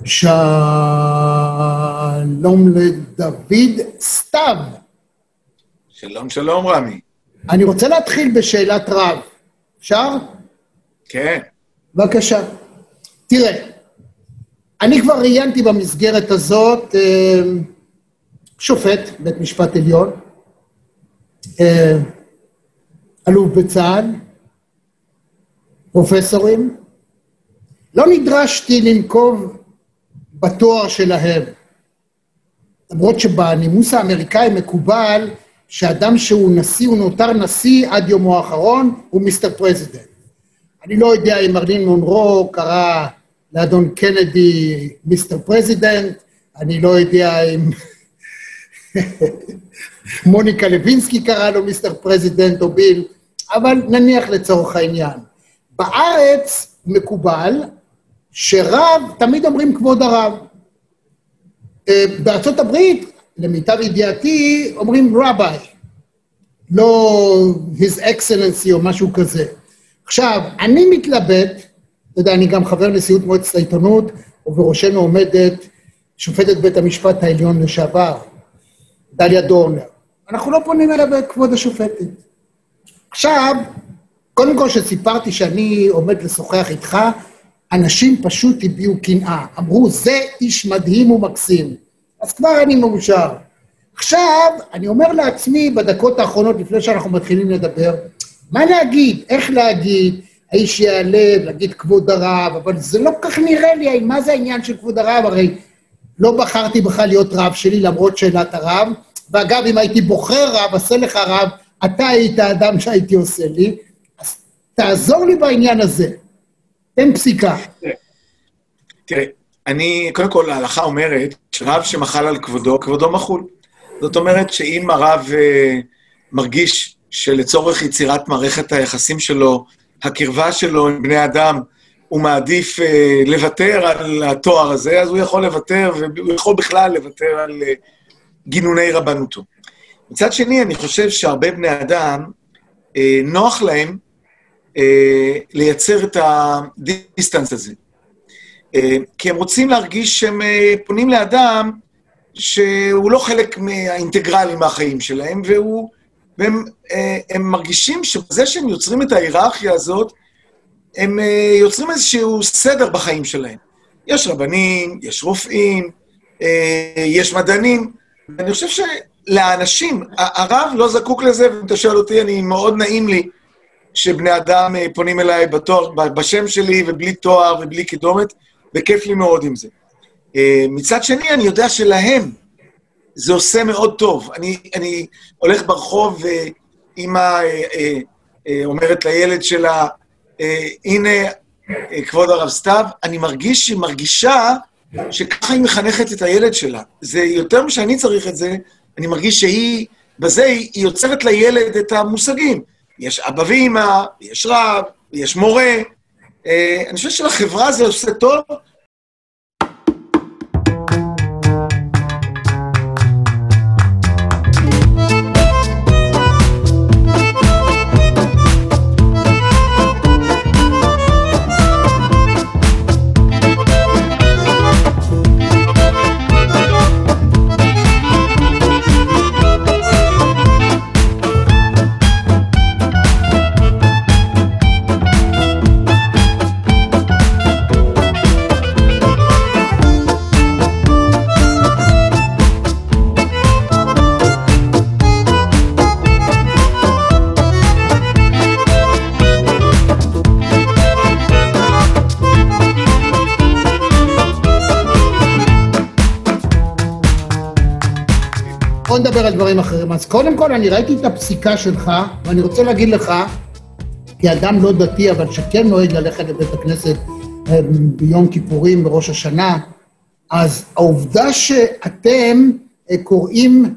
שלום לדוד סתיו. שלום, שלום רמי. אני רוצה להתחיל בשאלת רב. אפשר? כן. בבקשה. תראה, אני כבר ראיינתי במסגרת הזאת שופט בית משפט עליון, אלוף בצה"ל, פרופסורים. לא נדרשתי לנקוב בתואר שלהם, למרות שבנימוס האמריקאי מקובל שאדם שהוא נשיא, הוא נותר נשיא עד יומו האחרון, הוא מיסטר פרזידנט. אני לא יודע אם מרלין מונרו קרא לאדון קנדי מיסטר פרזידנט, אני לא יודע אם מוניקה לוינסקי קרא לו מיסטר פרזידנט או ביל, אבל נניח לצורך העניין. בארץ מקובל שרב, תמיד אומרים כבוד הרב. בארצות הברית, למיטב ידיעתי, אומרים רביי, לא his excellency או משהו כזה. עכשיו, אני מתלבט, אתה יודע, אני גם חבר נשיאות מועצת העיתונות, ובראשנו עומדת שופטת בית המשפט העליון לשעבר, דליה דורנר. אנחנו לא פונים אליה בכבוד השופטת. עכשיו, קודם כל שסיפרתי שאני עומד לשוחח איתך, אנשים פשוט הביעו קנאה, אמרו, זה איש מדהים ומקסים. אז כבר אני מאושר. עכשיו, אני אומר לעצמי, בדקות האחרונות, לפני שאנחנו מתחילים לדבר, מה להגיד, איך להגיד, האיש יעלה, להגיד כבוד הרב, אבל זה לא כך נראה לי, מה זה העניין של כבוד הרב? הרי לא בחרתי בכלל להיות רב שלי, למרות שאלת הרב, ואגב, אם הייתי בוחר רב, עשה לך רב, אתה היית האדם שהייתי עושה לי, אז תעזור לי בעניין הזה. תן פסיקה. תראה, קודם כל, ההלכה אומרת, שרב שמחל על כבודו, כבודו מחול. זאת אומרת שאם הרב מרגיש שלצורך יצירת מערכת היחסים שלו, הקרבה שלו עם בני אדם, הוא מעדיף לוותר על התואר הזה, אז הוא יכול לוותר, והוא יכול בכלל לוותר על גינוני רבנותו. מצד שני, אני חושב שהרבה בני אדם, נוח להם לייצר את הדיסטנס הזה. כי הם רוצים להרגיש שהם פונים לאדם שהוא לא חלק מהאינטגרלי מהחיים שלהם, והם מרגישים שבזה שהם יוצרים את ההיררכיה הזאת, הם יוצרים איזשהו סדר בחיים שלהם. יש רבנים, יש רופאים, יש מדענים, ואני חושב שלאנשים, הרב לא זקוק לזה, ואם אתה שואל אותי, אני מאוד נעים לי שבני אדם פונים אליי בתואר, בשם שלי ובלי תואר ובלי קידומת, וכיף לי מאוד עם זה. מצד שני, אני יודע שלהם זה עושה מאוד טוב. אני הולך ברחוב ואמא אומרת לילד שלה, הנה כבוד הרב סתיו, אני מרגיש שהיא מרגישה שככה היא מחנכת את הילד שלה. זה יותר משאני צריך את זה, אני מרגיש שהיא, בזה היא יוצרת לילד את המושגים. יש אבא ואמא, יש רב, יש מורה. אני חושב שלחברה זה עושה טוב. בוא נדבר על דברים אחרים. אז קודם כל אני ראיתי את הפסיקה שלך, ואני רוצה להגיד לך, כאדם לא דתי, אבל שכן נוהג ללכת לבית הכנסת ביום כיפורים, בראש השנה, אז העובדה שאתם קוראים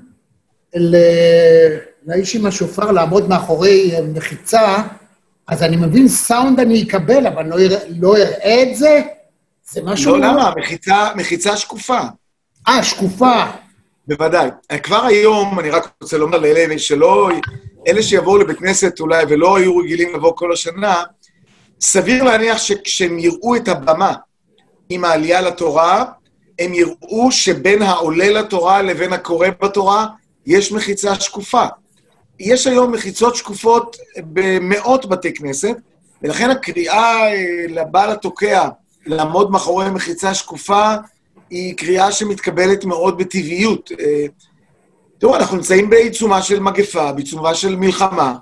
לאיש עם השופר לעמוד מאחורי מחיצה, אז אני מבין סאונד אני אקבל, אבל לא אראה את זה? זה משהו... לא, למה? מחיצה שקופה. שקופה. בוודאי. כבר היום, אני רק רוצה לומר לאלה שלא, אלה שיבואו לבית כנסת אולי ולא היו רגילים לבוא כל השנה, סביר להניח שכשהם יראו את הבמה עם העלייה לתורה, הם יראו שבין העולה לתורה לבין הקורא בתורה, יש מחיצה שקופה. יש היום מחיצות שקופות במאות בתי כנסת, ולכן הקריאה לבעל התוקע לעמוד מאחורי מחיצה שקופה, היא קריאה שמתקבלת מאוד בטבעיות. תראו, אנחנו נמצאים בעיצומה של מגפה, בעיצומה של מלחמה.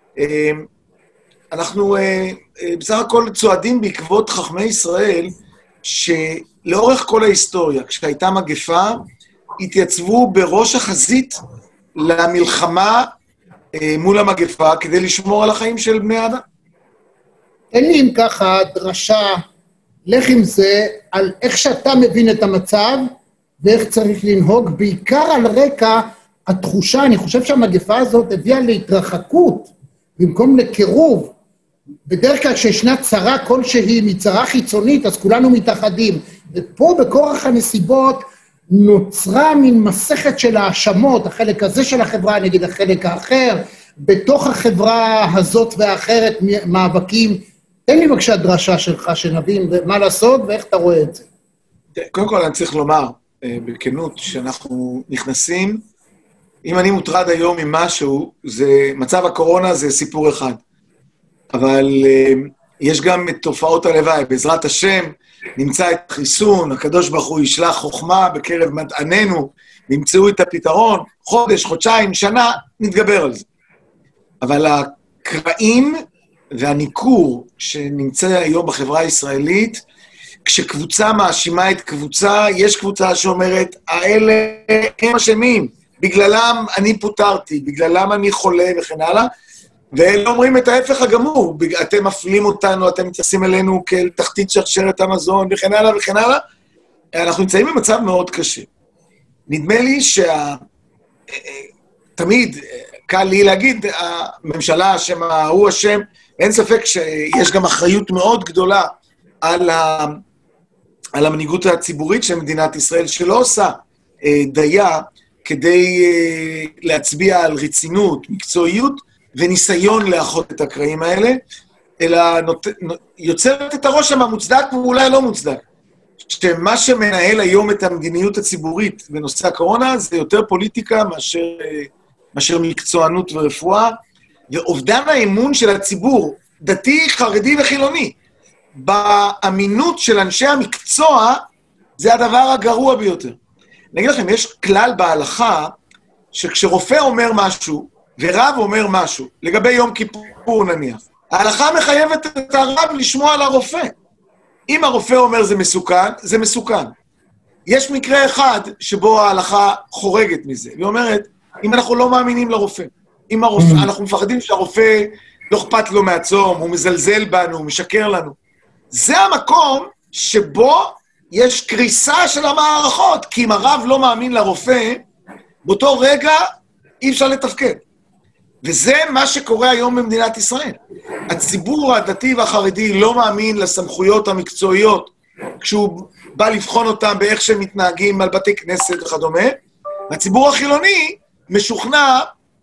אנחנו בסך הכל צועדים בעקבות חכמי ישראל, שלאורך כל ההיסטוריה, כשהייתה מגפה, התייצבו בראש החזית למלחמה מול המגפה, כדי לשמור על החיים של בני האדם. תן לי אם ככה דרשה, לך עם זה, על איך שאתה מבין את המצב, ואיך צריך לנהוג, בעיקר על רקע התחושה, אני חושב שהמגפה הזאת הביאה להתרחקות, במקום לקירוב. בדרך כלל כשישנה צרה כלשהי מצרה חיצונית, אז כולנו מתאחדים. ופה בכורח הנסיבות נוצרה מין מסכת של האשמות, החלק הזה של החברה נגד החלק האחר, בתוך החברה הזאת והאחרת מאבקים. תן לי בבקשה דרשה שלך שנבין מה לעשות ואיך אתה רואה את זה. קודם כל אני צריך לומר בכנות שאנחנו נכנסים, אם אני מוטרד היום ממשהו, מצב הקורונה זה סיפור אחד. אבל יש גם את תופעות הלוואי, בעזרת השם נמצא את החיסון, הקדוש ברוך הוא ישלח חוכמה בקרב מדעננו, נמצאו את הפתרון, חודש, חודשיים, שנה, נתגבר על זה. אבל הקרעים והניכור שנמצא היום בחברה הישראלית, כשקבוצה מאשימה את קבוצה, יש קבוצה שאומרת, האלה הם אשמים, בגללם אני פוטרתי, בגללם אני חולה וכן הלאה, ואלה אומרים את ההפך הגמור, אתם מפלים אותנו, אתם מתייחסים אלינו כאל תחתית שרשרת המזון וכן הלאה וכן הלאה. אנחנו נמצאים במצב מאוד קשה. נדמה לי תמיד קל לי להגיד, הממשלה אשמה, הוא אשם, אין ספק שיש גם אחריות מאוד גדולה על המנהיגות הציבורית של מדינת ישראל, שלא עושה דייה כדי להצביע על רצינות, מקצועיות, וניסיון לאחות את הקרעים האלה, אלא יוצרת את הרושם המוצדק ואולי לא מוצדק. שמה שמנהל היום את המדיניות הציבורית בנושא הקורונה, זה יותר פוליטיקה מאשר מקצוענות ורפואה, ואובדן האמון של הציבור, דתי, חרדי וחילוני, באמינות של אנשי המקצוע, זה הדבר הגרוע ביותר. אני אגיד לכם, יש כלל בהלכה, שכשרופא אומר משהו, ורב אומר משהו, לגבי יום כיפור נניח, ההלכה מחייבת את הרב לשמוע על הרופא. אם הרופא אומר זה מסוכן, זה מסוכן. יש מקרה אחד שבו ההלכה חורגת מזה, והיא אומרת, אם אנחנו לא מאמינים לרופא, אם אנחנו מפחדים שהרופא לא אכפת לו מהצום, הוא מזלזל בנו, הוא משקר לנו, זה המקום שבו יש קריסה של המערכות, כי אם הרב לא מאמין לרופא, באותו רגע אי אפשר לתפקד. וזה מה שקורה היום במדינת ישראל. הציבור הדתי והחרדי לא מאמין לסמכויות המקצועיות, כשהוא בא לבחון אותם באיך שהם מתנהגים על בתי כנסת וכדומה, והציבור החילוני משוכנע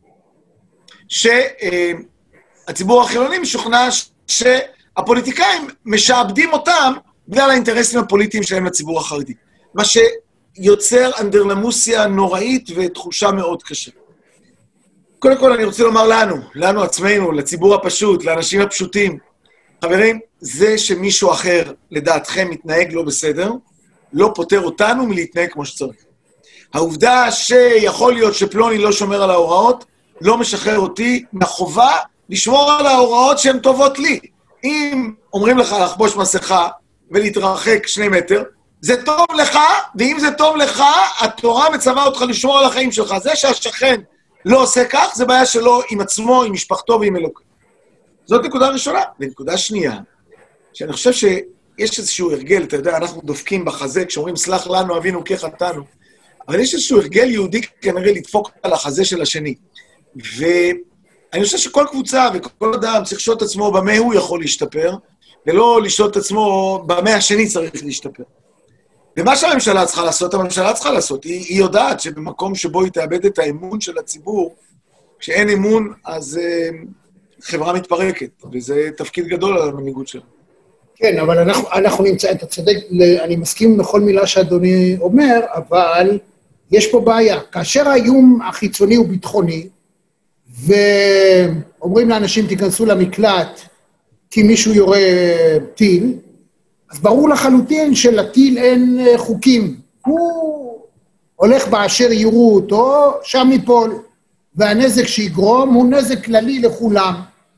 שהפוליטיקאים משעבדים אותם בגלל האינטרסים הפוליטיים שלהם לציבור החרדי. מה שיוצר אנדרלמוסיה נוראית ותחושה מאוד קשה. קודם כל אני רוצה לומר לנו עצמנו, לציבור הפשוט, לאנשים הפשוטים, חברים, זה שמישהו אחר לדעתכם מתנהג לא בסדר, לא פותר אותנו מלהתנהג כמו שצריך. העובדה שיכול להיות שפלוני לא שומר על ההוראות, לא משחרר אותי מהחובה לשמור על ההוראות שהן טובות לי. אם אומרים לך לחבוש מסכה ולהתרחק 2 מטר, זה טוב לך, ואם זה טוב לך, התורה מצווה אותך לשמור על החיים שלך. זה שהשכן לא עושה כך, זה בעיה שלו עם עצמו, עם משפחתו ועם אלוקים. זאת נקודה ראשונה. ונקודה שנייה, שאני חושב שיש איזשהו הרגל, אתה יודע, אנחנו דופקים בחזה, כשאומרים סלח לנו, אבינו כחטאנו, אבל יש איזשהו הרגל יהודי כנראה לדפוק על החזה של השני. ואני חושב שכל קבוצה וכל אדם צריך לשאול את עצמו במה הוא יכול להשתפר, ולא לשאול את עצמו במה השני צריך להשתפר. ומה שהממשלה צריכה לעשות, הממשלה צריכה לעשות. היא יודעת שבמקום שבו היא תאבד את האמון של הציבור, כשאין אמון, אז חברה מתפרקת, וזה תפקיד גדול על המנהיגות שלה. כן, אבל אנחנו נמצא, אתה צודק, אני מסכים לכל מילה שאדוני אומר, אבל יש פה בעיה. כאשר האיום החיצוני הוא ביטחוני, ואומרים לאנשים תיכנסו למקלט, כי מישהו יורה טיל, אז ברור לחלוטין שלטיל אין חוקים. הוא הולך באשר יראו אותו, שם ייפול. והנזק שיגרום הוא נזק כללי לכולם.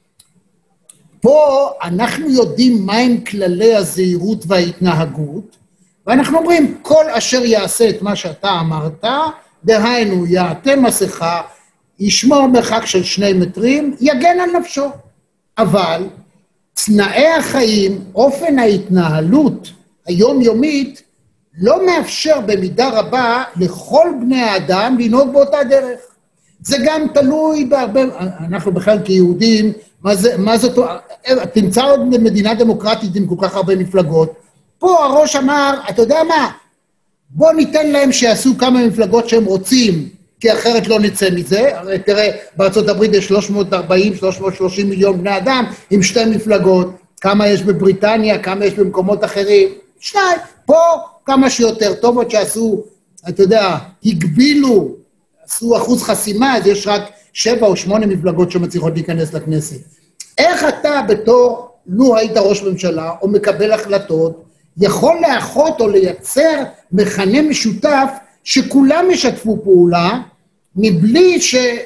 פה אנחנו יודעים מהם כללי הזהירות וההתנהגות, ואנחנו אומרים, כל אשר יעשה את מה שאתה אמרת, דהיינו, יעטה מסכה, ישמור מרחק של 2 מטרים, יגן על נפשו. אבל תנאי החיים, אופן ההתנהלות היומיומית, לא מאפשר במידה רבה לכל בני האדם לנהוג באותה דרך. זה גם תלוי בהרבה, אנחנו בכלל כיהודים, מה זאת, תמצא עוד מדינה דמוקרטית עם כל כך הרבה מפלגות. פה הראש אמר, אתה יודע מה, בוא ניתן להם שיעשו כמה מפלגות שהם רוצים, כי אחרת לא נצא מזה. הרי תראה, בארצות הברית יש 330 מיליון בני אדם עם 2 מפלגות, כמה יש בבריטניה, כמה יש במקומות אחרים, 2, פה כמה שיותר טוב, עוד שעשו, אתה יודע, הגבילו, עשו אחוז חסימה, אז יש רק 7 או 8 מפלגות שמצליחות להיכנס לכנסת. איך אתה בתור, לו היית ראש ממשלה או מקבל החלטות, יכול לאחות או לייצר מכנה משותף שכולם ישתפו פעולה, מבלי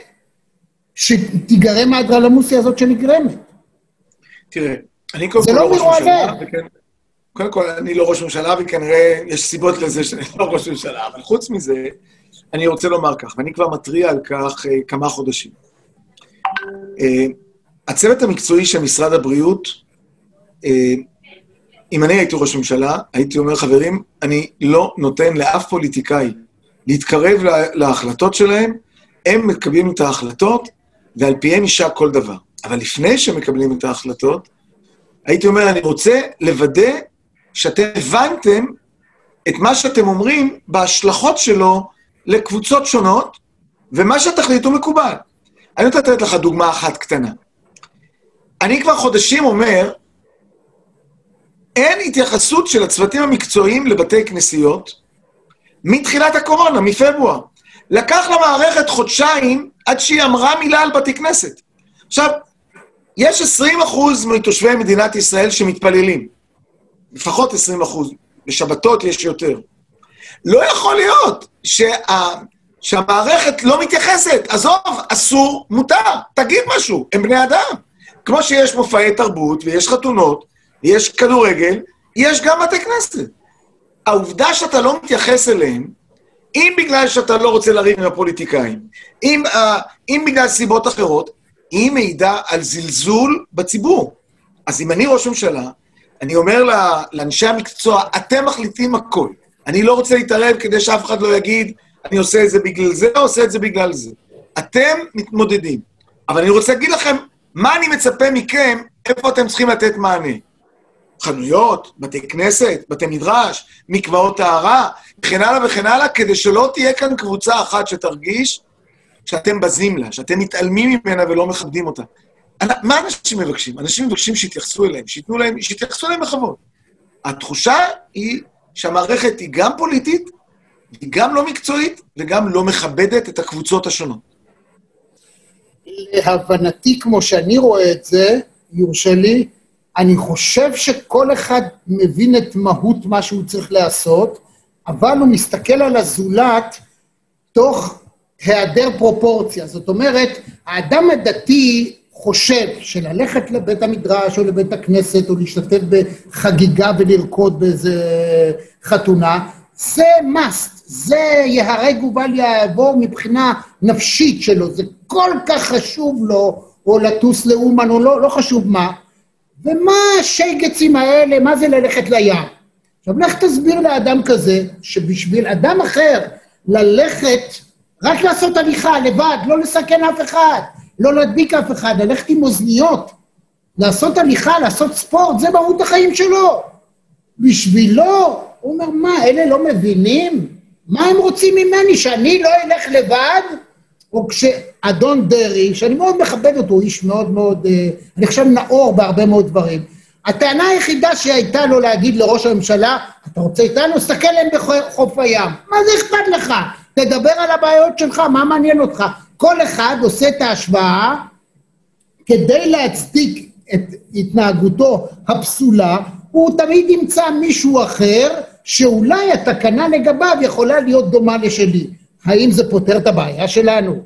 שתיגרם האנדרלמוסיה הזאת שנגרמת? תראה, אני קודם כל לא ראש ממשלה, קודם כל אני לא ראש ממשלה, וכנראה יש סיבות לזה שאני לא ראש ממשלה, אבל חוץ מזה, אני רוצה לומר כך, ואני כבר מתריע על כך כמה חודשים. הצוות המקצועי של משרד הבריאות, אם אני הייתי ראש ממשלה, הייתי אומר, חברים, אני לא נותן לאף פוליטיקאי להתקרב להחלטות שלהם, הם מקבלים את ההחלטות, ועל פיהם יישק כל דבר. אבל לפני שמקבלים את ההחלטות, הייתי אומר, אני רוצה לוודא שאתם הבנתם את מה שאתם אומרים בהשלכות שלו לקבוצות שונות, ומה שהתחליטו מקובל. אני רוצה לתת לך דוגמה אחת קטנה. אני כבר חודשים אומר, אין התייחסות של הצוותים המקצועיים לבתי כנסיות, מתחילת הקורונה, מפברואר. לקח למערכת חודשיים עד שהיא אמרה מילה על בתי כנסת. עכשיו, יש 20% מתושבי מדינת ישראל שמתפללים. לפחות 20%. בשבתות יש יותר. לא יכול להיות שהמערכת לא מתייחסת. עזוב, אסור, מותר. תגיד משהו, הם בני אדם. כמו שיש מופעי תרבות ויש חתונות, יש כדורגל, יש גם בתי כנסת. העובדה שאתה לא מתייחס אליהם, אם בגלל שאתה לא רוצה לריב עם הפוליטיקאים, אם בגלל סיבות אחרות, היא מעידה על זלזול בציבור. אז אם אני ראש ממשלה, אני אומר לאנשי המקצוע, אתם מחליטים הכל. אני לא רוצה להתערב כדי שאף אחד לא יגיד, אני עושה את זה בגלל זה, או עושה את זה בגלל זה. אתם מתמודדים. אבל אני רוצה להגיד לכם, מה אני מצפה מכם, איפה אתם צריכים לתת מענה? חנויות, בתי כנסת, בתי מדרש, מקוואות טהרה, וכן הלאה וכן הלאה, כדי שלא תהיה כאן קבוצה אחת שתרגיש שאתם בזים לה, שאתם מתעלמים ממנה ולא מכבדים אותה. מה אנשים מבקשים? אנשים מבקשים שיתייחסו אליהם, שיתייחסו אליהם בכבוד. התחושה היא שהמערכת היא גם פוליטית, היא גם לא מקצועית, וגם לא מכבדת את הקבוצות השונות. להבנתי, כמו שאני רואה את זה, יורשה לי, אני חושב שכל אחד מבין את מהות מה שהוא צריך לעשות, אבל הוא מסתכל על הזולת תוך היעדר פרופורציה. זאת אומרת, האדם הדתי חושב שללכת לבית המדרש או לבית הכנסת או להשתתף בחגיגה ולרקוד באיזה חתונה, זה must, זה יהרג ובל יעבור מבחינה נפשית שלו, זה כל כך חשוב לו, או לטוס לאומן או לא חשוב מה, ומה השייגצים האלה, מה זה ללכת לים? עכשיו, לך תסביר לאדם כזה, שבשביל אדם אחר ללכת, רק לעשות הליכה לבד, לא לסכן אף אחד, לא להדביק אף אחד, ללכת עם אוזניות, לעשות הליכה, לעשות ספורט, זה מהות החיים שלו. בשבילו, הוא אומר, מה, אלה לא מבינים? מה הם רוצים ממני, שאני לא אלך לבד? או כשאדון דרי, שאני מאוד מכבד אותו, איש מאוד מאוד, אני חושב נאור בהרבה מאוד דברים, הטענה היחידה שהייתה לו להגיד לראש הממשלה, אתה רוצה איתנו? סתכל להם בחוף הים. מה זה אכפת לך? תדבר על הבעיות שלך, מה מעניין אותך? כל אחד עושה את ההשוואה כדי להצדיק את התנהגותו הפסולה, הוא תמיד ימצא מישהו אחר שאולי התקנה לגביו יכולה להיות דומה לשלי. האם זה פותר את הבעיה שלנו?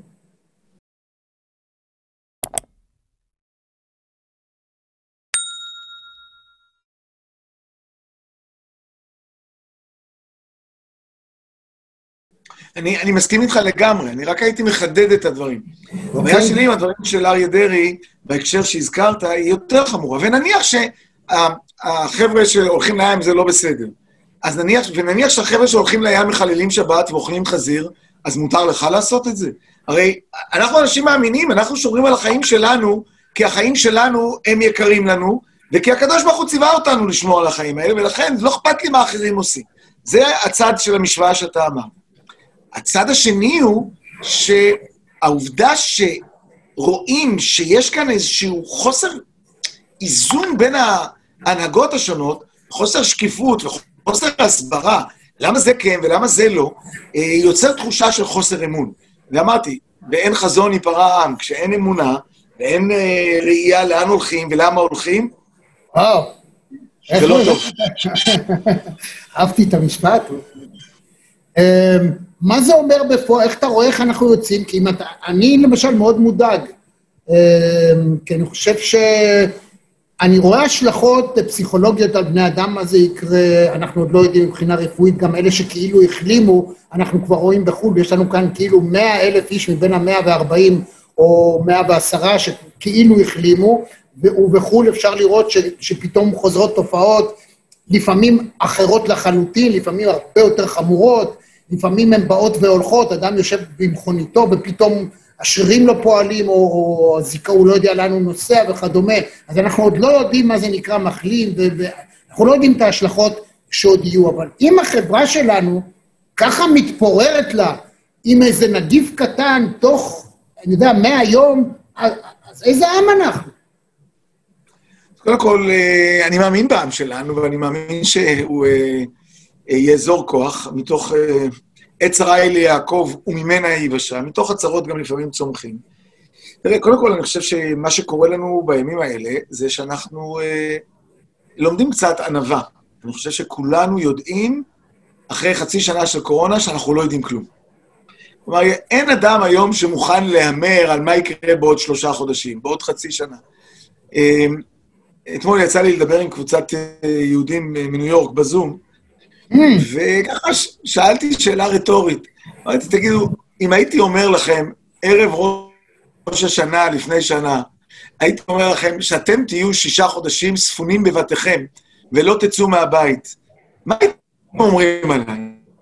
אני מסכים איתך לגמרי, אני רק הייתי מחדד את הדברים. הבעיה שלי עם הדברים של אריה דרעי, בהקשר שהזכרת, היא יותר חמורה. ונניח שהחבר'ה שהולכים לים זה לא בסדר. ונניח שהחבר'ה שהולכים לים מחללים שבת ואוכלים חזיר, אז מותר לך לעשות את זה. הרי אנחנו אנשים מאמינים, אנחנו שומרים על החיים שלנו, כי החיים שלנו הם יקרים לנו, וכי הקדוש ברוך הוא ציווה אותנו לשמור על החיים האלה, ולכן לא אכפת לי מה אחרים עושים. זה הצד של המשוואה שאתה אמר. הצד השני הוא שהעובדה שרואים שיש כאן איזשהו חוסר איזון בין ההנהגות השונות, חוסר שקיפות וחוסר הסברה, למה זה כן ולמה זה לא, יוצר תחושה של חוסר אמון. ואמרתי, באין חזון ייפרע העם, כשאין אמונה ואין ראייה לאן הולכים ולמה הולכים, זה לא טוב. אהבתי את המשפט. מה זה אומר בפועל? איך אתה רואה איך אנחנו יוצאים? כי אני למשל מאוד מודאג, כי אני חושב שאני רואה השלכות פסיכולוגיות על בני אדם, מה זה יקרה, אנחנו עוד לא יודעים מבחינה רפואית, גם אלה שכאילו החלימו, אנחנו כבר רואים בחו"ל, יש לנו כאן כאילו 100,000 איש מבין ה-140 או 110 שכאילו החלימו, ובחו"ל אפשר לראות שפתאום חוזרות תופעות, לפעמים אחרות לחלוטין, לפעמים הרבה יותר חמורות, לפעמים הן באות והולכות, אדם יושב במכוניתו ופתאום השרירים לא פועלים, או הזיקה הוא לא יודע לאן הוא נוסע וכדומה, אז אנחנו עוד לא יודעים מה זה נקרא מחלים, ואנחנו לא יודעים את ההשלכות שעוד יהיו, אבל אם החברה שלנו ככה מתפוררת לה, עם איזה נגיף קטן, תוך, אני יודע, 100 יום, אז איזה עם אנחנו? קודם כל, אני מאמין בעם שלנו, ואני מאמין שהוא יאזור כוח, מתוך עץ רעי ליעקב וממנה ייוושע, מתוך הצרות גם לפעמים צומחים. תראה, קודם כל אני חושב שמה שקורה לנו בימים האלה, זה שאנחנו לומדים קצת ענווה. אני חושב שכולנו יודעים, אחרי חצי שנה של קורונה, שאנחנו לא יודעים כלום. כלומר, אין אדם היום שמוכן להמר על מה יקרה בעוד 3 חודשים, בעוד חצי שנה. אתמול יצא לי לדבר עם קבוצת יהודים מניו יורק בזום, וככה שאלתי שאלה רטורית. אמרתי, תגידו, אם הייתי אומר לכם, ערב ראש השנה לפני שנה, הייתי אומר לכם שאתם תהיו 6 חודשים ספונים בבתיכם, ולא תצאו מהבית, מה הייתם אומרים עליי?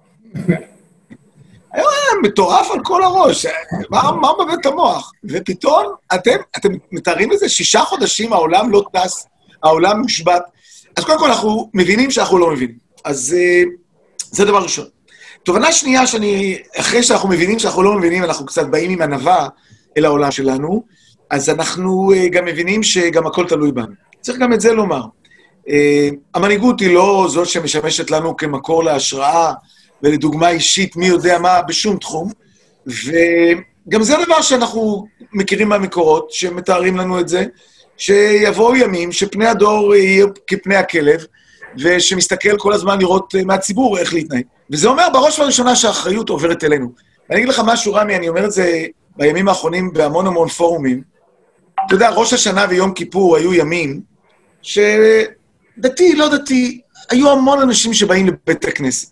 היה מטורף על כל הראש, מה מבט המוח? ופתאום אתם מתארים לזה 6 חודשים, העולם לא טס, העולם מושבת. אז קודם כל אנחנו מבינים שאנחנו לא מבינים. אז זה דבר ראשון. תובנה שנייה אחרי שאנחנו מבינים שאנחנו לא מבינים, אנחנו קצת באים עם ענווה אל העולם שלנו, אז אנחנו גם מבינים שגם הכל תלוי בנו. צריך גם את זה לומר. המנהיגות היא לא זאת שמשמשת לנו כמקור להשראה, ולדוגמה אישית, מי יודע מה, בשום תחום, וגם זה דבר שאנחנו מכירים מהמקורות, שמתארים לנו את זה, שיבואו ימים שפני הדור יהיו כפני הכלב, ושמסתכל כל הזמן לראות מהציבור איך להתנהג. וזה אומר בראש ובראשונה שהאחריות עוברת אלינו. ואני אגיד לך משהו, רמי, אני אומר את זה בימים האחרונים בהמון פורומים. אתה יודע, ראש השנה ויום כיפור היו ימים שדתי, לא דתי, היו המון אנשים שבאים לבית הכנסת.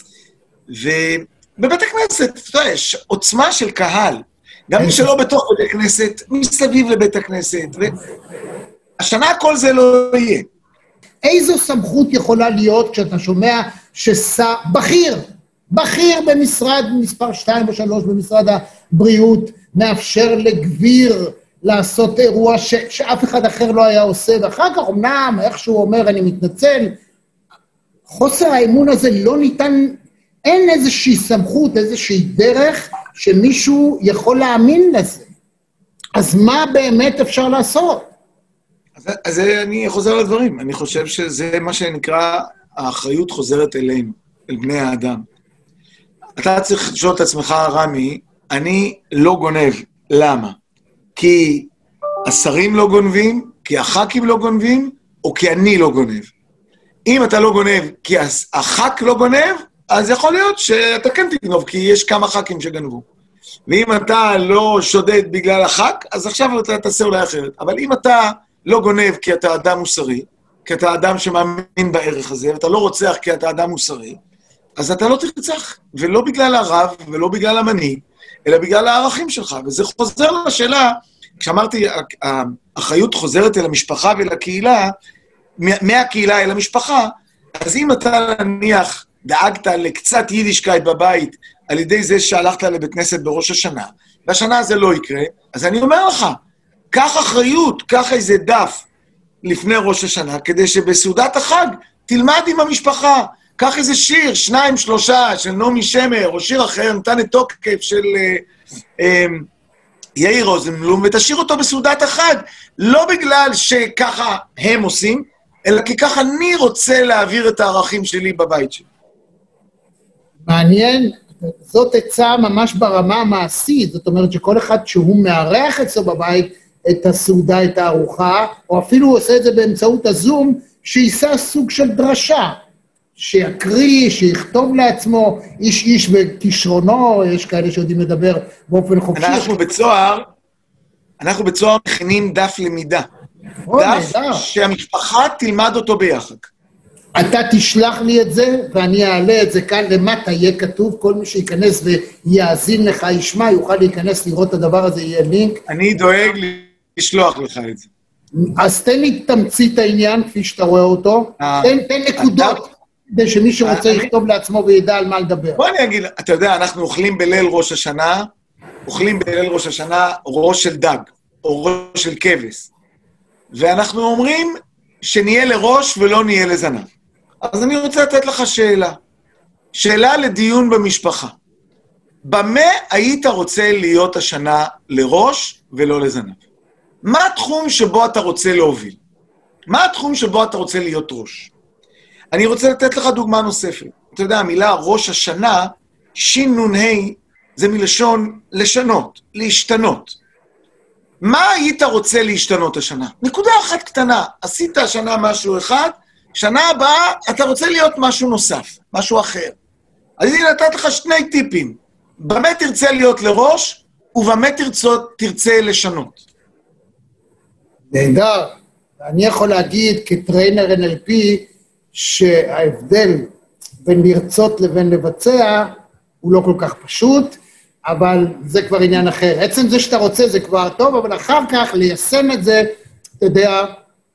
ובבית הכנסת, אתה יודע, יש עוצמה של קהל, גם מי שלא בתוך בית הכנסת, מסביב לבית הכנסת, והשנה כל זה לא יהיה. איזו סמכות יכולה להיות כשאתה שומע בכיר במשרד מספר 2 או 3 במשרד הבריאות, מאפשר לגביר לעשות אירוע שאף אחד אחר לא היה עושה, ואחר כך אמנם, איך שהוא אומר, אני מתנצל, חוסר האמון הזה לא ניתן, אין איזושהי סמכות, איזושהי דרך שמישהו יכול להאמין לזה. אז מה באמת אפשר לעשות? אז אני חוזר לדברים. אני חושב שזה מה שנקרא, האחריות חוזרת אלינו, אל בני האדם. אתה צריך לשאול את עצמך, רמי, אני לא גונב. למה? כי השרים לא גונבים, כי הח"כים לא גונבים, או כי אני לא גונב. אם אתה לא גונב כי הח"כ לא גונב, אז יכול להיות שאתה כן תגנוב, כי יש כמה ח"כים שגנבו. ואם אתה לא שודד בגלל הח"כ, אז עכשיו אתה תעשה אולי אחרת. אבל אם אתה לא גונב כי אתה אדם מוסרי, כי אתה אדם שמאמין בערך הזה, ואתה לא רוצח כי אתה אדם מוסרי, אז אתה לא תרצח, ולא בגלל הרב, ולא בגלל המנהיג, אלא בגלל הערכים שלך. וזה חוזר לשאלה, כשאמרתי, האחריות חוזרת אל המשפחה ואל הקהילה, מהקהילה אל המשפחה, אז אם אתה נניח דאגת לקצת יידישקייט בבית, על ידי זה שהלכת לבית כנסת בראש השנה, והשנה הזה לא יקרה, אז אני אומר לך, קח אחריות, קח איזה דף לפני ראש השנה, כדי שבסעודת החג תלמד עם המשפחה, קח איזה שיר, 2, 3, של נעמי שמר, או שיר אחר, נתן את תוקף של יאיר רוזנבלום, ותשאיר אותו בסעודת החג, לא בגלל שככה הם עושים, אלא כי ככה אני רוצה להעביר את הערכים שלי בבית שלי. מעניין, זאת עצה ממש ברמה המעשית, זאת אומרת שכל אחד שהוא מארח אצלו בבית את הסעודה, את הארוחה, או אפילו הוא עושה את זה באמצעות הזום, שיעשה סוג של דרשה, שיקריא, שיכתוב לעצמו, איש וכישרונו, יש כאלה שיודעים לדבר באופן חופשי. אנחנו בצוהר מכינים דף למידה. דף שהמשפחה תלמד אותו ביחד. אתה תשלח לי את זה, ואני אעלה את זה כאן למטה, יהיה כתוב, כל מי שיכנס ויאזין לך, ישמע, יוכל להיכנס לראות את הדבר הזה, יהיה לינק. אני דואג לשלוח לך את זה. אז תן לי תמצית העניין, כפי שאתה רואה אותו, תן נקודות, כדי שמי שרוצה לכתוב לעצמו וידע על מה לדבר. בוא אני אגיד, אתה יודע, אנחנו אוכלים בליל ראש השנה, ראש של דג, או ראש של כבש. ואנחנו אומרים שנהיה לראש ולא נהיה לזנב. אז אני רוצה לתת לך שאלה לדיון במשפחה. במה היית רוצה להיות השנה לראש ולא לזנב? מה התחום שבו אתה רוצה להוביל? מה התחום שבו אתה רוצה להיות ראש? אני רוצה לתת לך דוגמה נוספת. אתה יודע, המילה ראש השנה, ש"נ ה' זה מלשון לשנות, להשתנות. מה היית רוצה להשתנות השנה? נקודה אחת קטנה, עשית השנה משהו אחד, שנה הבאה אתה רוצה להיות משהו נוסף, משהו אחר. אז אני נתת לך 2 טיפים, במה תרצה להיות לראש, ובמה תרצה לשנות. נהדר, אני יכול להגיד כטריינר NLP, שההבדל בין לרצות לבין לבצע, הוא לא כל כך פשוט, אבל זה כבר עניין אחר. עצם זה שאתה רוצה זה כבר טוב, אבל אחר כך ליישם את זה, אתה יודע,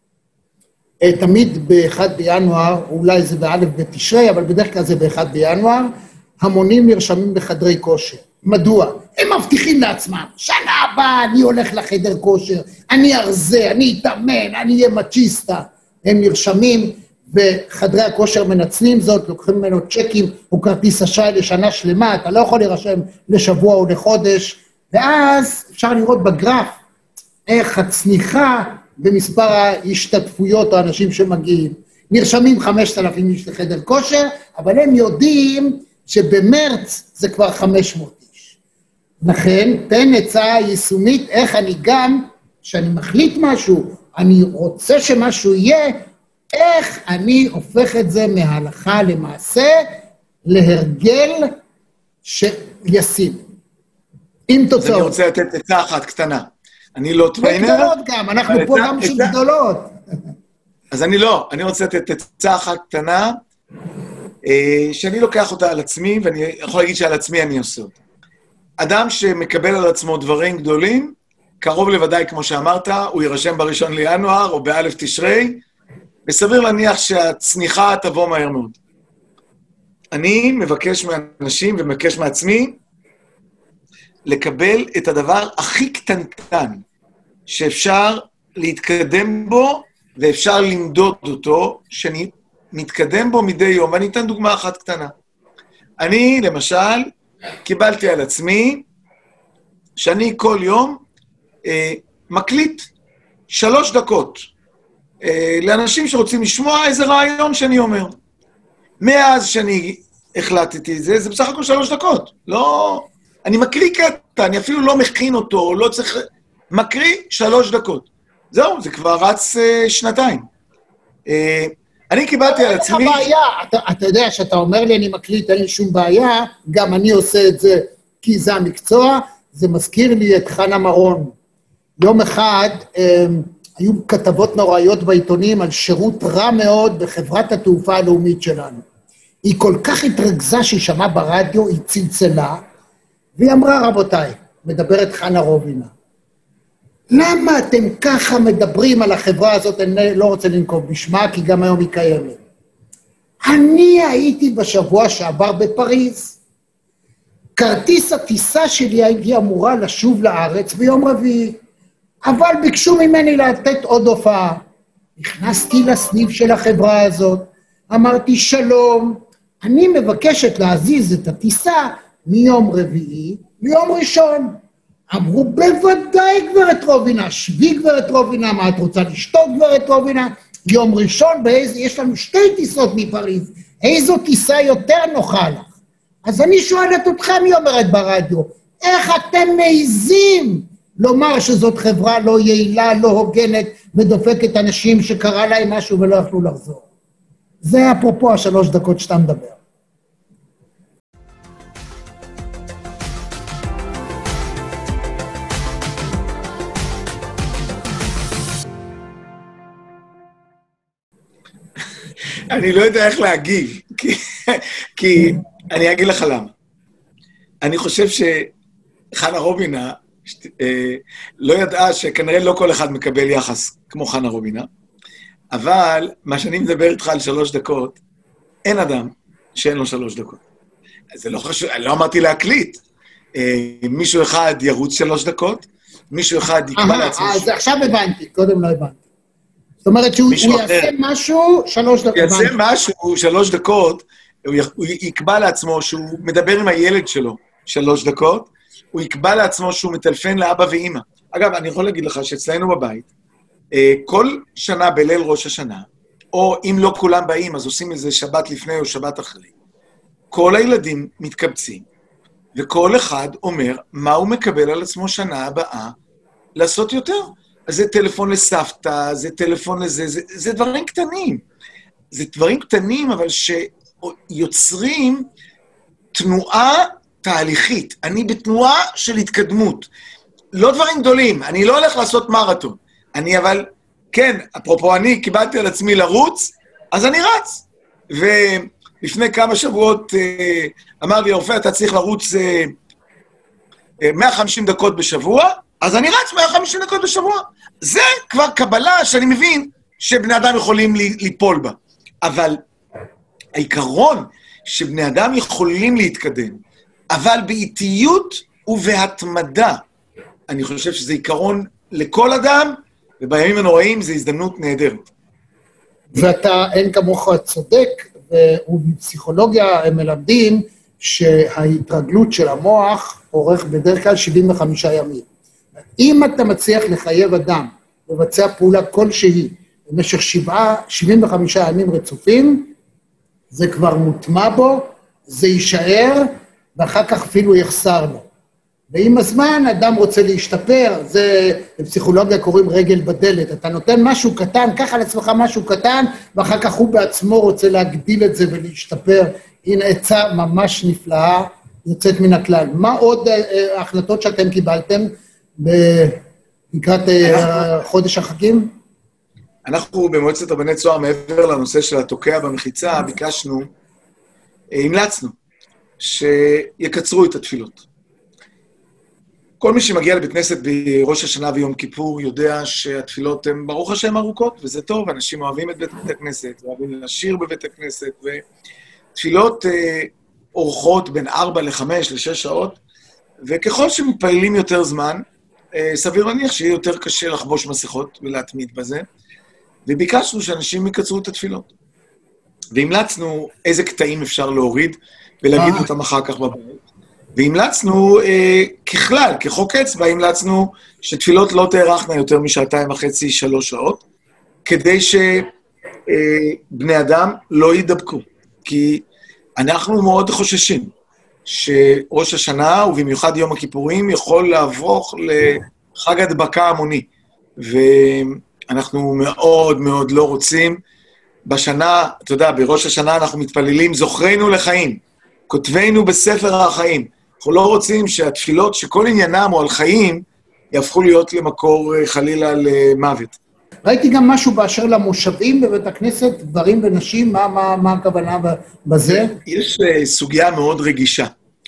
תמיד ב-1 בינואר, אולי זה בא' בתשרי, אבל בדרך כלל זה ב-1 בינואר, המונים נרשמים בחדרי כושר. מדוע? הם מבטיחים לעצמם, שנה הבאה אני הולך לחדר כושר, אני ארזה, אני אתאמן, אני אהיה מצ'יסטה. הם נרשמים, וחדרי הכושר מנצלים זאת, לוקחים ממנו צ'קים או כרטיס אשראי לשנה שלמה, אתה לא יכול להירשם לשבוע או לחודש, ואז אפשר לראות בגרף איך הצניחה במספר ההשתתפויות או האנשים שמגיעים. נרשמים 5,000 איש לחדר כושר, אבל הם יודעים שבמרץ זה כבר 500 איש. לכן, תן עצה יישומית איך אני גם, כשאני מחליט משהו, אני רוצה שמשהו יהיה, איך אני הופך את זה מהלכה למעשה, להרגל שישים. עם תוצאות. אז אני רוצה לתת עצה אחת קטנה. אני לא טריינר. וגדולות גם, אנחנו פה גם של גדולות. אז אני רוצה לתת עצה אחת קטנה, שאני לוקח אותה על עצמי, ואני יכול להגיד שעל עצמי אני עושה אותה. אדם שמקבל על עצמו דברים גדולים, קרוב לוודאי, כמו שאמרת, הוא יירשם ב1 לינואר או בא' תשרי, וסביר להניח שהצניחה תבוא מהר מאוד. אני מבקש מאנשים ומבקש מעצמי לקבל את הדבר הכי קטנטן שאפשר להתקדם בו ואפשר למדוד אותו, שאני מתקדם בו מדי יום. ואני אתן דוגמה אחת קטנה. אני, למשל, קיבלתי על עצמי שאני כל יום מקליט 3 דקות לאנשים שרוצים לשמוע איזה רעיון שאני אומר. מאז שאני החלטתי את זה, זה בסך הכל 3 דקות. לא... אני מקריא קטע, אני אפילו לא מכין אותו, לא צריך... מקריא 3 דקות. זהו, זה כבר רץ 2 אני קיבלתי על עצמי... אתה יודע, שאתה אומר לי, אני מקליט, אין לי שום בעיה, גם אני עושה את זה כי זה המקצוע, זה מזכיר לי את חנה מרון. יום אחד היו כתבות נוראיות בעיתונים על שירות רע מאוד בחברת התעופה הלאומית שלנו. היא כל כך התרגזה שהיא שמעה ברדיו, היא צלצלה, והיא אמרה, רבותיי, מדברת חנה רובינה, למה אתם ככה מדברים על החברה הזאת, אני לא רוצה לנקוב בשמה, כי גם היום היא קיימת. אני הייתי בשבוע שעבר בפריז, כרטיס הטיסה שלי הייתי אמורה לשוב לארץ ביום רביעי, אבל ביקשו ממני לתת עוד הופעה. נכנסתי לסניף של החברה הזאת, אמרתי שלום, אני מבקשת להזיז את הטיסה מיום רביעי ליום ראשון. אמרו, בוודאי גברת רובינה, שבי גברת רובינה, מה את רוצה לשתות גברת רובינה? יום ראשון, יש לנו 2 טיסות מפריז, איזו טיסה יותר נוחה לך? אז אני שואלת אתכם, היא אומרת ברדיו, איך אתם מעיזים לומר שזאת חברה לא יעילה, לא הוגנת, ודופקת אנשים שקרה להם משהו ולא יכלו לחזור? זה אפרופו 3 דקות שאתה מדבר. אני לא יודע איך להגיב, כי אני אגיד לך למה. אני חושב שחנה רובינה לא ידעה שכנראה לא כל אחד מקבל יחס כמו חנה רובינה, אבל מה שאני מדבר איתך על 3 דקות, אין אדם שאין לו 3 דקות. זה לא חשוב, לא אמרתי להקליט. מישהו אחד ירוץ 3 דקות, מישהו אחד יקבע לעצמו... אז עכשיו הבנתי, קודם לא הבנתי. זאת אומרת שהוא יעשה משהו 3 דקות. יעשה משהו 3 דקות, הוא יקבע לעצמו שהוא מדבר עם הילד שלו 3 דקות, הוא יקבע לעצמו שהוא מטלפן לאבא ואמא. אגב, אני יכול להגיד לך שאצלנו בבית, כל שנה בליל ראש השנה, או אם לא כולם באים, אז עושים איזה שבת לפני או שבת אחרי, כל הילדים מתקבצים, וכל אחד אומר מה הוא מקבל על עצמו שנה הבאה לעשות יותר. אז זה טלפון לסבתא, זה טלפון לזה, זה דברים קטנים. זה דברים קטנים, אבל שיוצרים תנועה תהליכית. אני בתנועה של התקדמות. לא דברים גדולים, אני לא הולך לעשות מרתון. אני אבל, כן, אפרופו אני קיבלתי על עצמי לרוץ, אז אני רץ. ולפני כמה שבועות אמר לי, הרופא, אתה צריך לרוץ 150 דקות בשבוע, אז אני רץ 150 דקות בשבוע. זה כבר קבלה שאני מבין שבני אדם יכולים ליפול בה. אבל העיקרון שבני אדם יכולים להתקדם, אבל באיטיות ובהתמדה, אני חושב שזה עיקרון לכל אדם, ובימים הנוראים זה הזדמנות נהדרת. ואתה אין כמוך צודק, ובפסיכולוגיה הם מלמדים שההתרגלות של המוח אורך בדרך כלל 75 ימים. אם אתה מצליח לחייב אדם לבצע פעולה כלשהי במשך 75 ימים רצופים, זה כבר מוטמע בו, זה יישאר, ואחר כך אפילו יחסר לו. ועם הזמן אדם רוצה להשתפר, זה בפסיכולוגיה קוראים רגל בדלת, אתה נותן משהו קטן, קח על עצמך משהו קטן, ואחר כך הוא בעצמו רוצה להגדיל את זה ולהשתפר. הנה עצה ממש נפלאה, יוצאת מן הכלל. מה עוד ההחלטות שאתם קיבלתם לקראת חודש החגים? אנחנו במועצת רבני צוהר, מעבר לנושא של התוקע במחיצה, ביקשנו, המלצנו, שיקצרו את התפילות. כל מי שמגיע לבית כנסת בראש השנה ויום כיפור יודע שהתפילות הן ברוך השם ארוכות, וזה טוב, אנשים אוהבים את בית הכנסת, אוהבים לשיר בבית הכנסת, ותפילות אורכות בין 4 ל-5 ל-6 שעות, וככל שמתפעלים יותר זמן, סביר להניח שיהיה יותר קשה לחבוש מסכות ולהתמיד בזה, וביקשנו שאנשים יקצרו את התפילות. והמלצנו איזה קטעים אפשר להוריד, ולהגיד אותם אחר כך בבית. והמלצנו, ככלל, כחוק אצבע, המלצנו שתפילות לא תארכנה יותר מ2.5-3 שעות, כדי שבני אדם לא יידבקו. כי אנחנו מאוד חוששים שראש השנה, ובמיוחד יום הכיפורים, יכול להפוך לחג הדבקה המוני. ואנחנו מאוד מאוד לא רוצים. בשנה, אתה יודע, בראש השנה אנחנו מתפללים, זוכרנו לחיים, כותבנו בספר החיים. אנחנו לא רוצים שהתפילות שכל עניינם או על חיים, יהפכו להיות למקור חלילה למוות. ראיתי גם משהו באשר למושבים בבית הכנסת, גברים ונשים, מה הכוונה בזה? יש סוגיה מאוד רגישה.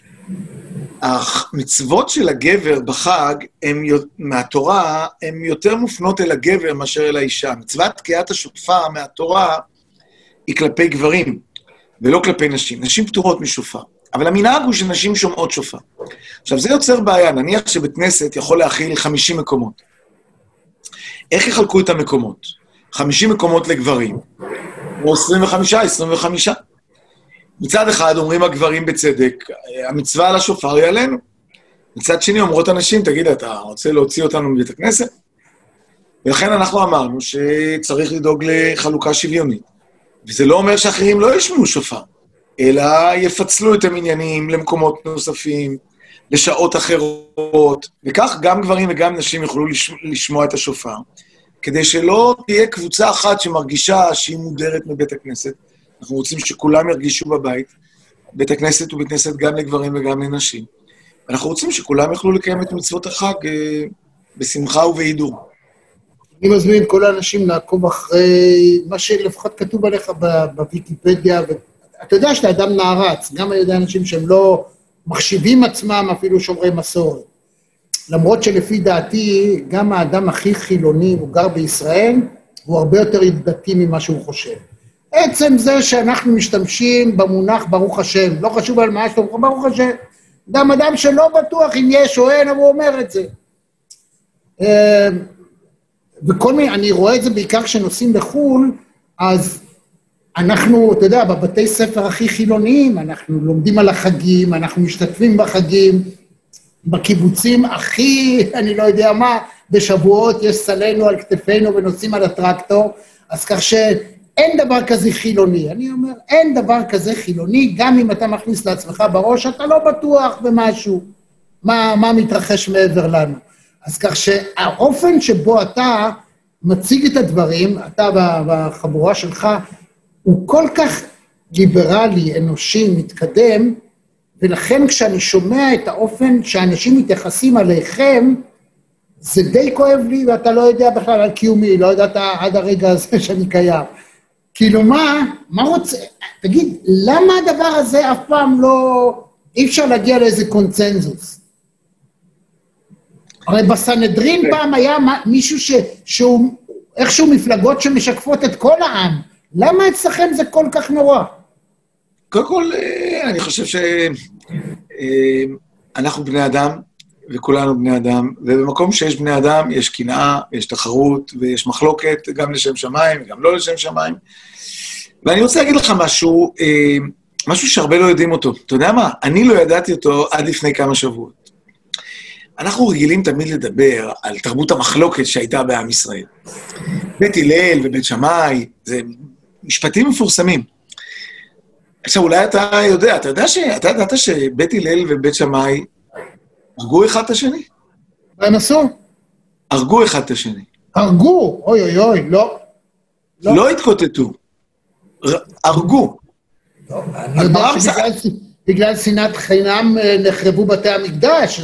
המצוות של הגבר בחג, מהתורה, הן יותר מופנות אל הגבר מאשר אל האישה. מצוות תקיעת השופר מהתורה היא כלפי גברים, ולא כלפי נשים. נשים פטורות משופר. אבל המנהג הוא שנשים שומעות שופר. עכשיו, זה יוצר בעיה. נניח שבית כנסת יכול להכיל 50 מקומות. איך יחלקו את המקומות? 50 מקומות לגברים, או 25. מצד אחד אומרים הגברים בצדק, המצווה על השופר היא עלינו. מצד שני אומרות אנשים, תגיד, אתה רוצה להוציא אותנו מבית הכנסת? ולכן אנחנו אמרנו שצריך לדאוג לחלוקה שוויונית. וזה לא אומר שאחרים לא ישמעו שופר, אלא יפצלו את המניינים למקומות נוספים, לשעות אחרות, וכך גם גברים וגם נשים יוכלו לשמוע את השופר, כדי שלא תהיה קבוצה אחת שמרגישה שהיא מודרת מבית הכנסת. אנחנו רוצים שכולם ירגישו בבית, בית הכנסת הוא בית כנסת גם לגברים וגם לנשים. אנחנו רוצים שכולם יוכלו לקיים את מצוות החג בשמחה ובהידור. אני מזמין כל האנשים לעקוב אחרי מה שלפחות כתוב עליך בוויקיפדיה, ואתה יודע שאתה אדם נערץ, גם על ידי אנשים שהם לא מחשיבים עצמם אפילו שומרי מסורת. למרות שלפי דעתי, גם האדם הכי חילוני, הוא גר בישראל, הוא הרבה יותר דתי ממה שהוא חושב. עצם זה שאנחנו משתמשים במונח ברוך השם, לא חשוב על מה שאתה אומר, ברוך השם, גם אדם שלא בטוח אם יש או אין, אבל הוא אומר את זה. וכל מיני, אני רואה את זה בעיקר כשנוסעים לחו"ל, אז אנחנו, אתה יודע, בבתי ספר הכי חילוניים, אנחנו לומדים על החגים, אנחנו משתתפים בחגים, בקיבוצים הכי, אני לא יודע מה, בשבועות יש סלנו על כתפינו ונוסעים על הטרקטור, אז כך שאין דבר כזה חילוני. אני אומר, אין דבר כזה חילוני, גם אם אתה מכניס לעצמך בראש, אתה לא בטוח במשהו, מה מתרחש מעבר לנו. אז כך שהאופן שבו אתה מציג את הדברים, אתה בחבורה שלך, הוא כל כך ליברלי, אנושי, מתקדם, ולכן כשאני שומע את האופן שאנשים מתייחסים עליכם, זה די כואב לי, ואתה לא יודע בכלל על קיומי, לא יודעת עד הרגע הזה שאני קיים. כאילו מה רוצה, תגיד, למה הדבר הזה אף פעם לא, אי אפשר להגיע לאיזה קונצנזוס? הרי בסנהדרין פעם היה מישהו שהוא, איכשהו מפלגות שמשקפות את כל העם, למה אצלכם זה כל כך נורא? קודם כל, אני חושב שאנחנו בני אדם, וכולנו בני אדם, ובמקום שיש בני אדם, יש קנאה, יש תחרות, ויש מחלוקת, גם לשם שמיים, וגם לא לשם שמיים. ואני רוצה להגיד לך משהו שהרבה לא יודעים אותו. אתה יודע מה? אני לא ידעתי אותו עד לפני כמה שבועות. אנחנו רגילים תמיד לדבר על תרבות המחלוקת שהייתה בעם ישראל. בית הלל ובית שמאי, זה משפטים מפורסמים. עכשיו, אולי אתה ידעת שבית הלל ובית שמאי הרגו אחד את השני? מה הם עשו? הרגו אחד את השני. הרגו? אוי אוי אוי, לא. לא התקוטטו. הרגו. אני יודע שבגלל שנאת חינם נחרבו בתי המקדש.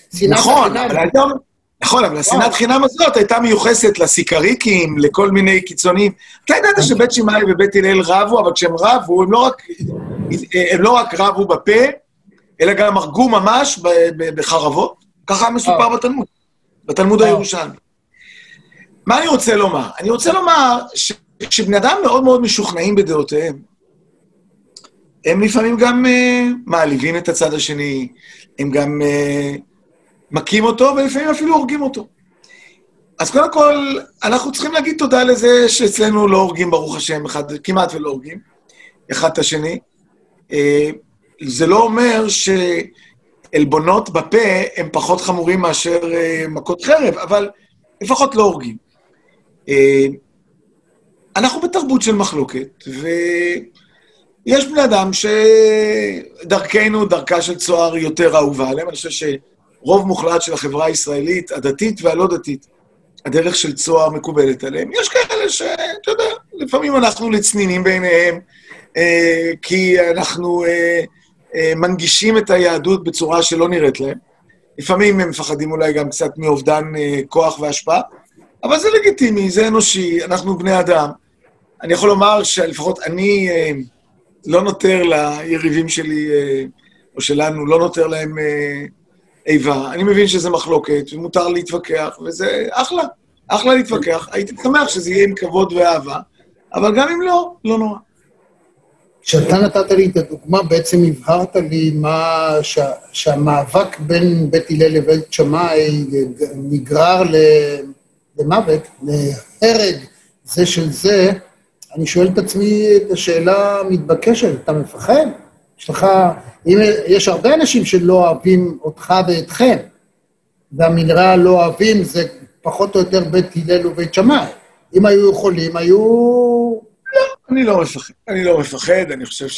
נכון, אבל השנאת חינם הזאת הייתה מיוחסת לסיקריקים, לכל מיני קיצונים. אתה ידעת שבית שמאי ובית הלל רבו, אבל כשהם רבו, הם לא רק רבו בפה, אלא גם הרגו ממש בחרבות. ככה מסופר בתלמוד הירושלמי. מה אני רוצה לומר? אני רוצה לומר שבני אדם מאוד מאוד משוכנעים בדעותיהם, הם לפעמים גם מעליבים את הצד השני, הם גם מכים אותו, ולפעמים אפילו הורגים אותו. אז קודם כל, אנחנו צריכים להגיד תודה לזה שאצלנו לא הורגים, ברוך השם, כמעט ולא הורגים, אחד את השני. זה לא אומר שעלבונות בפה הם פחות חמורים מאשר מכות חרב, אבל לפחות לא הורגים. אנחנו בתרבות של מחלוקת, ויש בני אדם שדרכנו, דרכה של צוהר יותר אהובה עליהם. אני חושב שרוב מוחלט של החברה הישראלית, הדתית והלא דתית, הדרך של צוהר מקובלת עליהם. יש כאלה שאתה יודע, לפעמים אנחנו לצנינים בעיניהם, כי אנחנו מנגישים את היהדות בצורה שלא נראית להם. לפעמים הם מפחדים אולי גם קצת מאובדן כוח והשפעה, אבל זה לגיטימי, זה אנושי, אנחנו בני אדם. אני יכול לומר שלפחות אני לא נותר ליריבים שלי, או שלנו, לא נותר להם איבה. אני מבין שזה מחלוקת, ומותר להתווכח, וזה אחלה, אחלה להתווכח. הייתי שמח שזה יהיה עם כבוד ואהבה, אבל גם אם לא, לא נורא. כשאתה נתת לי את הדוגמה, בעצם הבהרת לי שהמאבק בין בית הלל לבית שמאי נגרר למוות, להרג זה של זה. אני שואל את עצמי את השאלה המתבקשת, אתה מפחד? יש הרבה אנשים שלא אוהבים אותך ואתכם, והמנהרה לא אוהבים זה פחות או יותר בית הלל ובית שמאי. אם היו יכולים, היו... אני לא מפחד, אני לא מפחד, אני חושב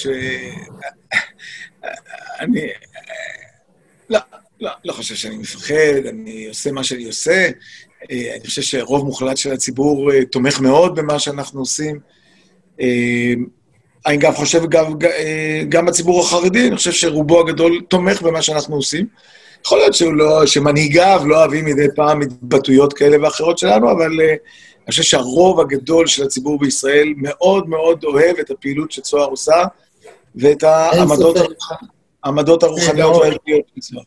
לא חושב שאני מפחד, אני עושה מה שאני עושה, אני חושב שרוב מוחלט של הציבור תומך מאוד במה שאנחנו עושים. אני גם חושב, גם הציבור החרדי, אני חושב שרובו הגדול תומך במה שאנחנו עושים. יכול להיות שמנהיגיו לא אוהבים מדי פעם התבטאויות כאלה ואחרות שלנו, אבל אני חושב שהרוב הגדול של הציבור בישראל מאוד מאוד אוהב את הפעילות שצוהר עושה, ואת העמדות הרוחניות והערכיות של צוהר.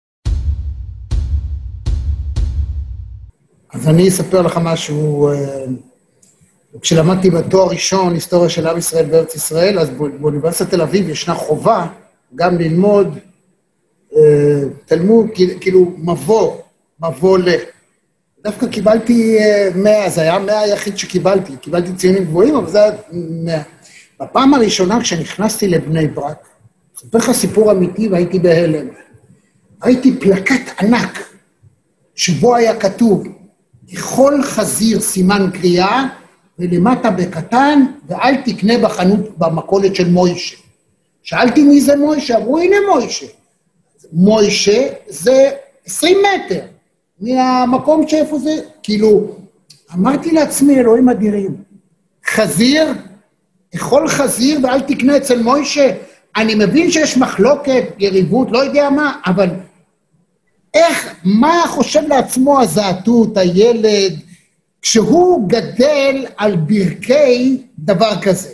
אז אני אספר לך משהו, כשלמדתי בתואר ראשון, היסטוריה של עם ישראל בארץ ישראל, אז באוניברסיטת תל אביב ישנה חובה גם ללמוד תלמוד, כאילו מבוא ל... דווקא קיבלתי 100, זה היה 100 היחיד שקיבלתי, קיבלתי ציונים גבוהים, אבל זה היה 100. בפעם הראשונה כשנכנסתי לבני ברק, אספר לך סיפור אמיתי והייתי בהלם. ראיתי פלקט ענק, שבו היה כתוב, ככל חזיר סימן קריאה, ולמטה בקטן, ואל תקנה בחנות במכולת של מוישה. שאלתי מי זה מוישה, אמרו, הנה מוישה. מוישה זה 20 מטר, מהמקום שאיפה זה, כאילו, אמרתי לעצמי, אלוהים אדירים, חזיר, אכול חזיר ואל תקנה אצל מוישה, אני מבין שיש מחלוקת, יריבות, לא יודע מה, אבל איך, מה חושב לעצמו הזעתות, הילד, כשהוא גדל על ברכי דבר כזה?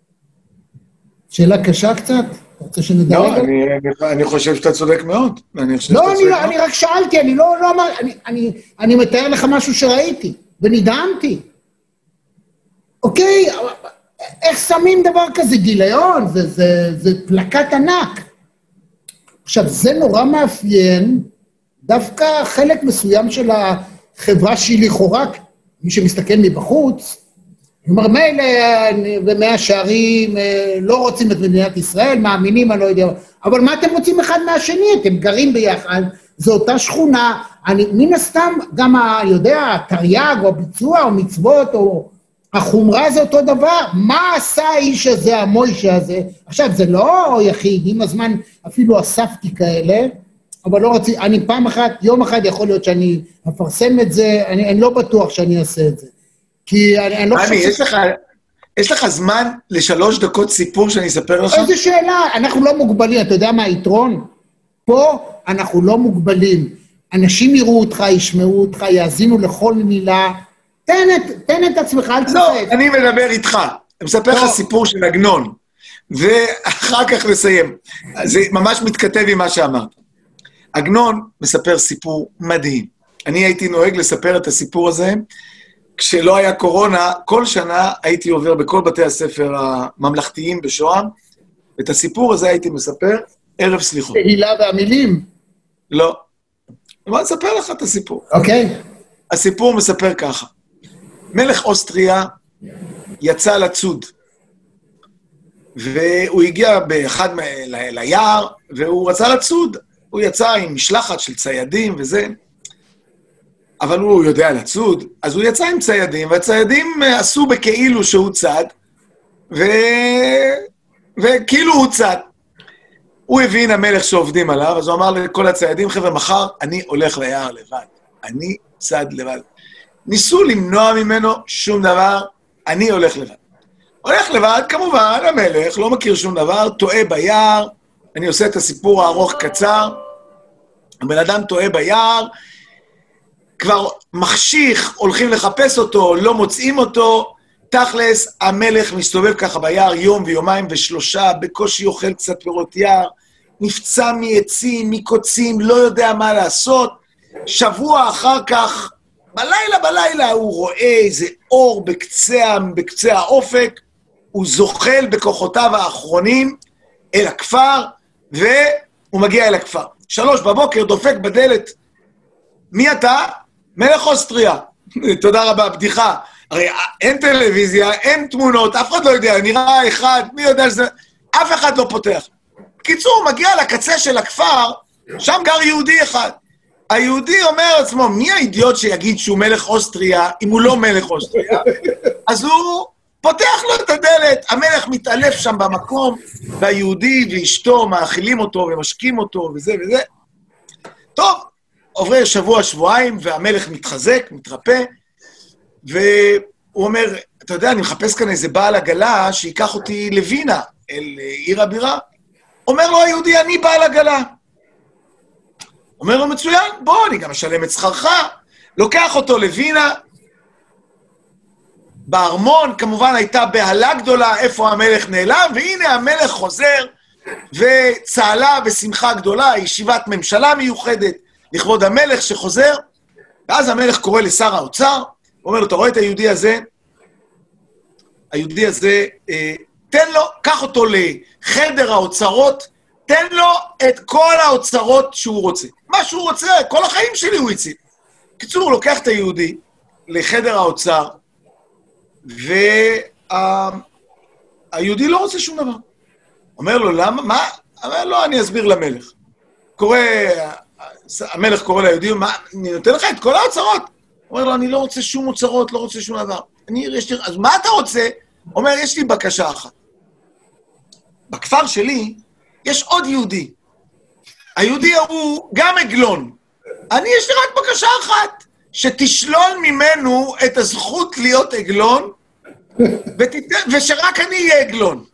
שאלה קשה קצת? אתה רוצה שנדע רגע? לא, אני חושב שאתה צודק מאוד. לא, אני רק שאלתי, אני לא אמר, אני מתאר לך משהו שראיתי, ונדהמתי. אוקיי, איך שמים דבר כזה? גיליון, זה פלקט ענק. עכשיו, זה נורא מאפיין, דווקא חלק מסוים של החברה שהיא לכאורה, מי שמסתכל מבחוץ, הוא אומר, מילא במאה שערים לא רוצים את מדינת ישראל, מאמינים, אני לא יודע, אבל מה אתם רוצים אחד מהשני? אתם גרים ביחד, זו אותה שכונה, מן הסתם גם, יודע, תרי"ג או ביצוע או מצוות או החומרה זה אותו דבר, מה עשה האיש הזה, המוישה הזה? עכשיו, זה לא יחיד, עם הזמן אפילו אספתי כאלה, אבל לא רציתי, אני פעם אחת, יום אחד יכול להיות שאני אפרסם את זה, אני לא בטוח שאני אעשה את זה. כי אני לא חושב... יש לך זמן ל3 דקות סיפור שאני אספר לך? איזו שאלה, אנחנו לא מוגבלים, אתה יודע מה היתרון? פה אנחנו לא מוגבלים. אנשים יראו אותך, ישמעו אותך, יאזינו לכל מילה. תן את עצמך, אל תצטרך. לא, אני מדבר איתך. אני מספר לך סיפור של עגנון, ואחר כך נסיים. זה ממש מתכתב עם מה שאמרת. עגנון מספר סיפור מדהים. אני הייתי נוהג לספר את הסיפור הזה, כשלא היה קורונה, כל שנה הייתי עובר בכל בתי הספר הממלכתיים בשוהם, ואת הסיפור הזה הייתי מספר ערב סליחות. הילה והמילים? לא. אני אספר לך את הסיפור. אוקיי. הסיפור מספר ככה. מלך אוסטריה יצא לצוד, והוא הגיע באחד ליער, והוא רצה לצוד. הוא יצא עם משלחת של ציידים וזה. אבל הוא יודע לצוד, אז הוא יצא עם ציידים, והציידים עשו בכאילו שהוא צד, וכאילו הוא צד. הוא הבין המלך שעובדים עליו, אז הוא אמר לכל הציידים, חבר'ה, מחר אני הולך ליער לבד. אני צד לבד. ניסו למנוע ממנו שום דבר, אני הולך לבד. הולך לבד, כמובן, המלך לא מכיר שום דבר, טועה ביער, אני עושה את הסיפור הארוך קצר, הבן אדם טועה ביער, כבר מחשיך, הולכים לחפש אותו, לא מוצאים אותו, תכלס, המלך מסתובב ככה ביער יום ויומיים ושלושה, בקושי אוכל קצת פירות יער, נפצע מעצים, מקוצים, לא יודע מה לעשות, שבוע אחר כך, בלילה הוא רואה איזה אור בקצה האופק, הוא זוחל בכוחותיו האחרונים אל הכפר, והוא מגיע אל הכפר. 3 בבוקר דופק בדלת, מי אתה? מלך אוסטריה. תודה רבה, בדיחה. הרי אין טלוויזיה, אין תמונות, אף אחד לא יודע, נראה אחד, מי יודע שזה... אף אחד לא פותח. בקיצור, הוא מגיע לקצה של הכפר, שם גר יהודי אחד. היהודי אומר לעצמו, מי האידיוט שיגיד שהוא מלך אוסטריה, אם הוא לא מלך אוסטריה? אז הוא פותח לו את הדלת, המלך מתעלף שם במקום, והיהודי ואשתו מאכילים אותו ומשקים אותו וזה וזה. טוב, עובר שבוע, שבועיים, והמלך מתחזק, מתרפא, והוא אומר, אתה יודע, אני מחפש כאן איזה בעל עגלה שיקח אותי לווינה, אל עיר הבירה. אומר לו היהודי, אני בעל עגלה. אומר לו, מצוין, בוא, אני גם אשלם את שכרך. לוקח אותו לווינה. בארמון, כמובן, הייתה בהלה גדולה, איפה המלך נעלם, והנה המלך חוזר, וצהלה בשמחה גדולה, ישיבת ממשלה מיוחדת, לכבוד המלך שחוזר, ואז המלך קורא לשר האוצר, אומר לו, אתה רואה את היהודי הזה? היהודי הזה, תן לו, קח אותו לחדר האוצרות, תן לו את כל האוצרות שהוא רוצה. מה שהוא רוצה, כל החיים שלי הוא הציל. קיצור, הוא לוקח את היהודי לחדר האוצר, והיהודי לא רוצה שום דבר. אומר לו, למה? מה? אומר לו, אני אסביר למלך. המלך קורא ליהודי, אני נותן לך את כל האוצרות. אומר לו, אני לא רוצה שום אוצרות, לא רוצה שום דבר. אז מה אתה רוצה? אומר, יש לי בקשה אחת. בכפר שלי יש עוד יהודי. היהודי הוא גם עגלון. יש לי רק בקשה אחת, שתשלול ממנו את הזכות להיות עגלון, ושרק אני אהיה עגלון.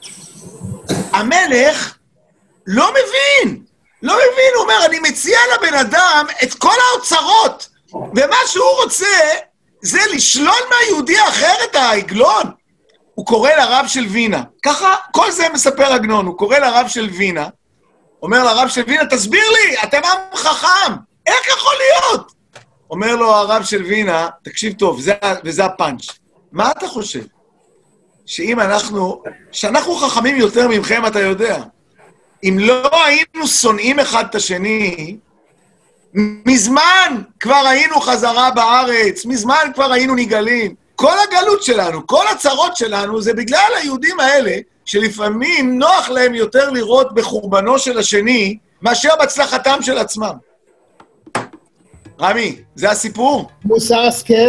המלך לא מבין, הוא אומר, אני מציע לבן אדם את כל האוצרות, ומה שהוא רוצה זה לשלול מהיהודי האחר את העגלון. הוא קורא לרב של וינה, ככה כל זה מספר עגנון, הוא קורא לרב של וינה, אומר לרב של וינה, תסביר לי, אתם עם חכם, איך יכול להיות? אומר לו הרב של וינה, תקשיב טוב, וזה הפאנץ'. מה אתה חושב? שאנחנו חכמים יותר ממכם, אתה יודע. אם לא היינו שונאים אחד את השני, מזמן כבר היינו חזרה בארץ, מזמן כבר היינו נגאלים. כל הגלות שלנו, כל הצרות שלנו, זה בגלל היהודים האלה, שלפעמים נוח להם יותר לראות בחורבנו של השני, מאשר בהצלחתם של עצמם. רמי, זה הסיפור? מוסר השכל,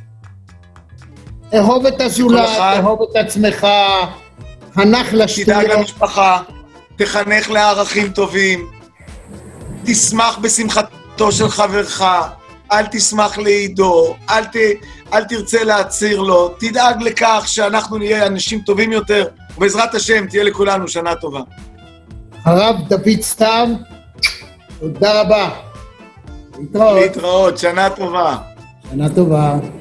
אהוב את הזולת, אהוב את עצמך, חנך לשטויות. תדאג למשפחה, תחנך לערכים טובים, תשמח בשמחתו של חברך, אל תשמח לעידו, אל תרצה להציר לו, תדאג לכך שאנחנו נהיה אנשים טובים יותר, ובעזרת השם תהיה לכולנו שנה טובה. הרב דוד סתיו, תודה רבה. להתראות, שנה טובה. שנה טובה.